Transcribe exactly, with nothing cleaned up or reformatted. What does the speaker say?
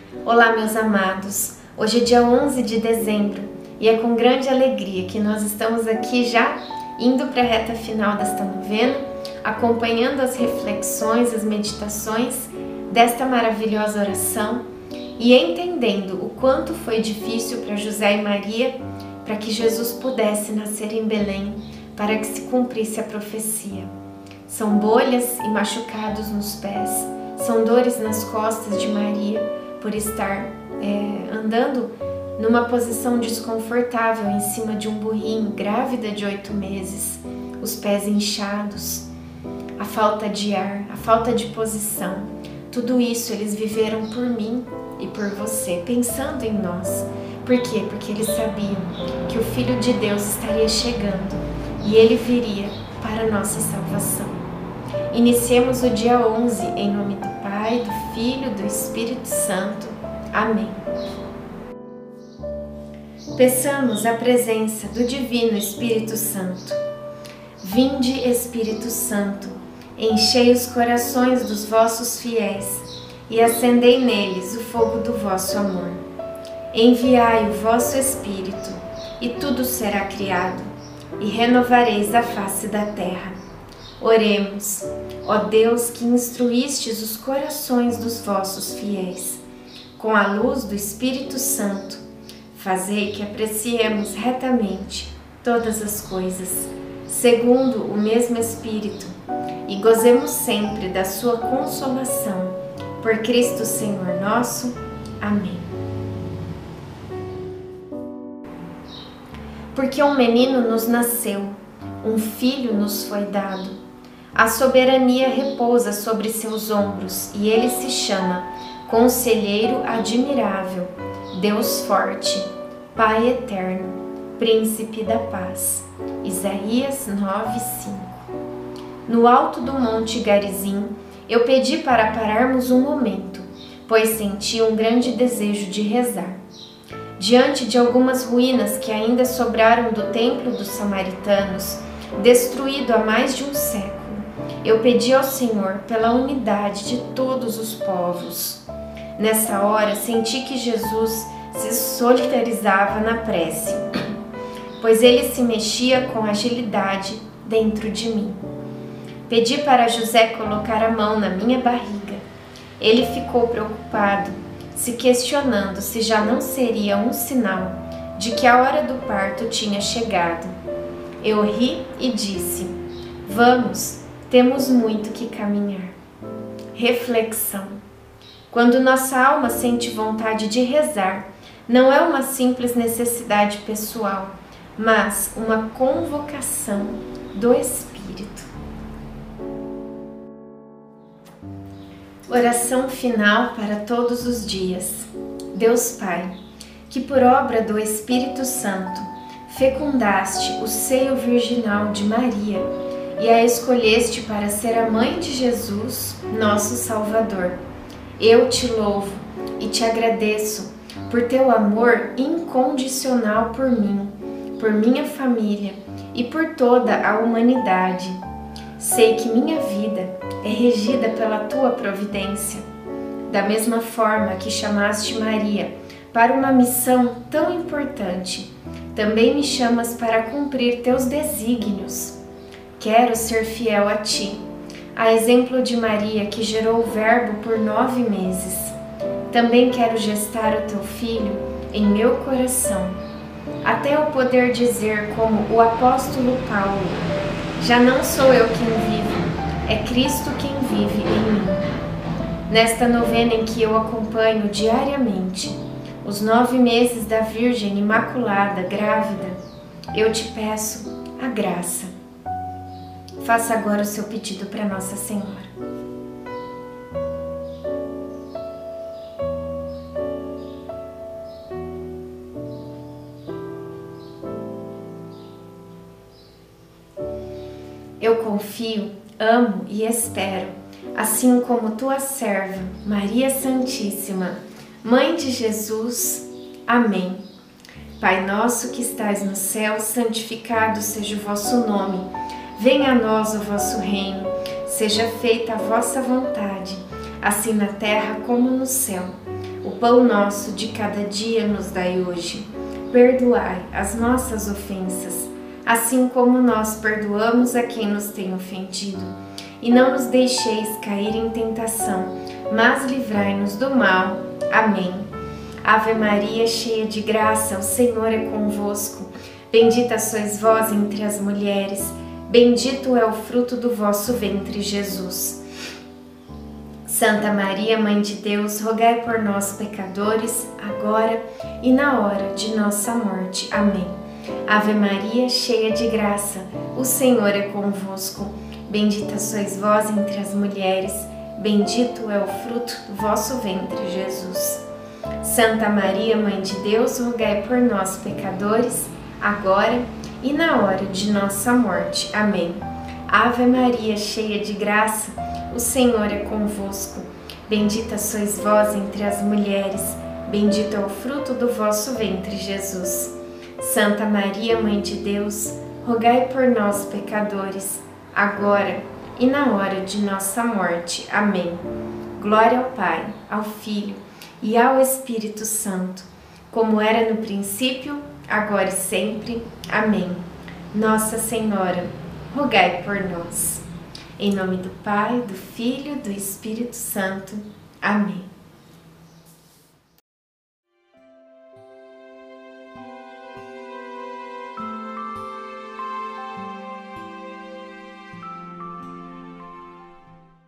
Olá, meus amados. Hoje é dia onze de dezembro e é com grande alegria que nós estamos aqui já indo para a reta final desta novena, acompanhando as reflexões, as meditações desta maravilhosa oração e entendendo o quanto foi difícil para José e Maria para que Jesus pudesse nascer em Belém, para que se cumprisse a profecia. São bolhas e machucados nos pés, são dores nas costas de Maria por estar é, andando numa posição desconfortável em cima de um burrinho, grávida de oito meses, os pés inchados, a falta de ar, a falta de posição. Tudo isso eles viveram por mim e por você, pensando em nós. Por quê? Porque eles sabiam que o Filho de Deus estaria chegando e ele viria para a nossa salvação. Iniciemos o dia onze em nome do Pai, do Filho, do Espírito Santo. Amém. Peçamos a presença do Divino Espírito Santo. Vinde, Espírito Santo, enchei os corações dos vossos fiéis e acendei neles o fogo do vosso amor. Enviai o vosso Espírito, e tudo será criado, e renovareis a face da terra. Oremos, ó Deus que instruístes os corações dos vossos fiéis, com a luz do Espírito Santo, fazei que apreciemos retamente todas as coisas, segundo o mesmo Espírito, e gozemos sempre da sua consolação. Por Cristo Senhor nosso. Amém. Porque um menino nos nasceu, um filho nos foi dado. A soberania repousa sobre seus ombros e ele se chama Conselheiro Admirável, Deus Forte, Pai Eterno, Príncipe da Paz. Isaías nove, cinco. No alto do monte Garizim, eu pedi para pararmos um momento, pois senti um grande desejo de rezar. Diante de algumas ruínas que ainda sobraram do templo dos samaritanos, destruído há mais de um século, eu pedi ao Senhor pela unidade de todos os povos. Nessa hora, senti que Jesus se solidarizava na prece, pois ele se mexia com agilidade dentro de mim. Pedi para José colocar a mão na minha barriga. Ele ficou preocupado, se questionando se já não seria um sinal de que a hora do parto tinha chegado. Eu ri e disse: vamos, temos muito que caminhar. Reflexão. Quando nossa alma sente vontade de rezar, não é uma simples necessidade pessoal, mas uma convocação do Espírito. Oração final para todos os dias. Deus Pai, que por obra do Espírito Santo fecundaste o seio virginal de Maria e a escolheste para ser a mãe de Jesus, nosso Salvador, eu te louvo e te agradeço por teu amor incondicional por mim, por minha família e por toda a humanidade. Sei que minha vida é regida pela tua providência. Da mesma forma que chamaste Maria para uma missão tão importante, também me chamas para cumprir teus desígnios. Quero ser fiel a ti, a exemplo de Maria que gerou o Verbo por nove meses. Também quero gestar o teu filho em meu coração, até eu poder dizer como o apóstolo Paulo: já não sou eu quem vivo, é Cristo quem vive em mim. Nesta novena em que eu acompanho diariamente os nove meses da Virgem Imaculada grávida, eu te peço a graça. Faça agora o seu pedido para Nossa Senhora. Eu confio, amo e espero, assim como tua serva, Maria Santíssima, Mãe de Jesus. Amém. Pai nosso que estais no céu, santificado seja o vosso nome. Venha a nós o vosso reino. Seja feita a vossa vontade, assim na terra como no céu. O pão nosso de cada dia nos dai hoje. Perdoai as nossas ofensas, assim como nós perdoamos a quem nos tem ofendido. E não nos deixeis cair em tentação, mas livrai-nos do mal. Amém. Ave Maria, cheia de graça, o Senhor é convosco. Bendita sois vós entre as mulheres, bendito é o fruto do vosso ventre, Jesus. Santa Maria, Mãe de Deus, rogai por nós, pecadores, agora e na hora de nossa morte. Amém. Ave Maria, cheia de graça, o Senhor é convosco. Bendita sois vós entre as mulheres, bendito é o fruto do vosso ventre, Jesus. Santa Maria, Mãe de Deus, rogai por nós, pecadores, agora e na hora de nossa morte. Amém. Ave Maria, cheia de graça, o Senhor é convosco. Bendita sois vós entre as mulheres, bendito é o fruto do vosso ventre, Jesus. Santa Maria, Mãe de Deus, rogai por nós, pecadores, agora e na hora de nossa morte. Amém. Glória ao Pai, ao Filho e ao Espírito Santo, como era no princípio, agora e sempre. Amém. Nossa Senhora, rogai por nós. Em nome do Pai, do Filho e do Espírito Santo. Amém.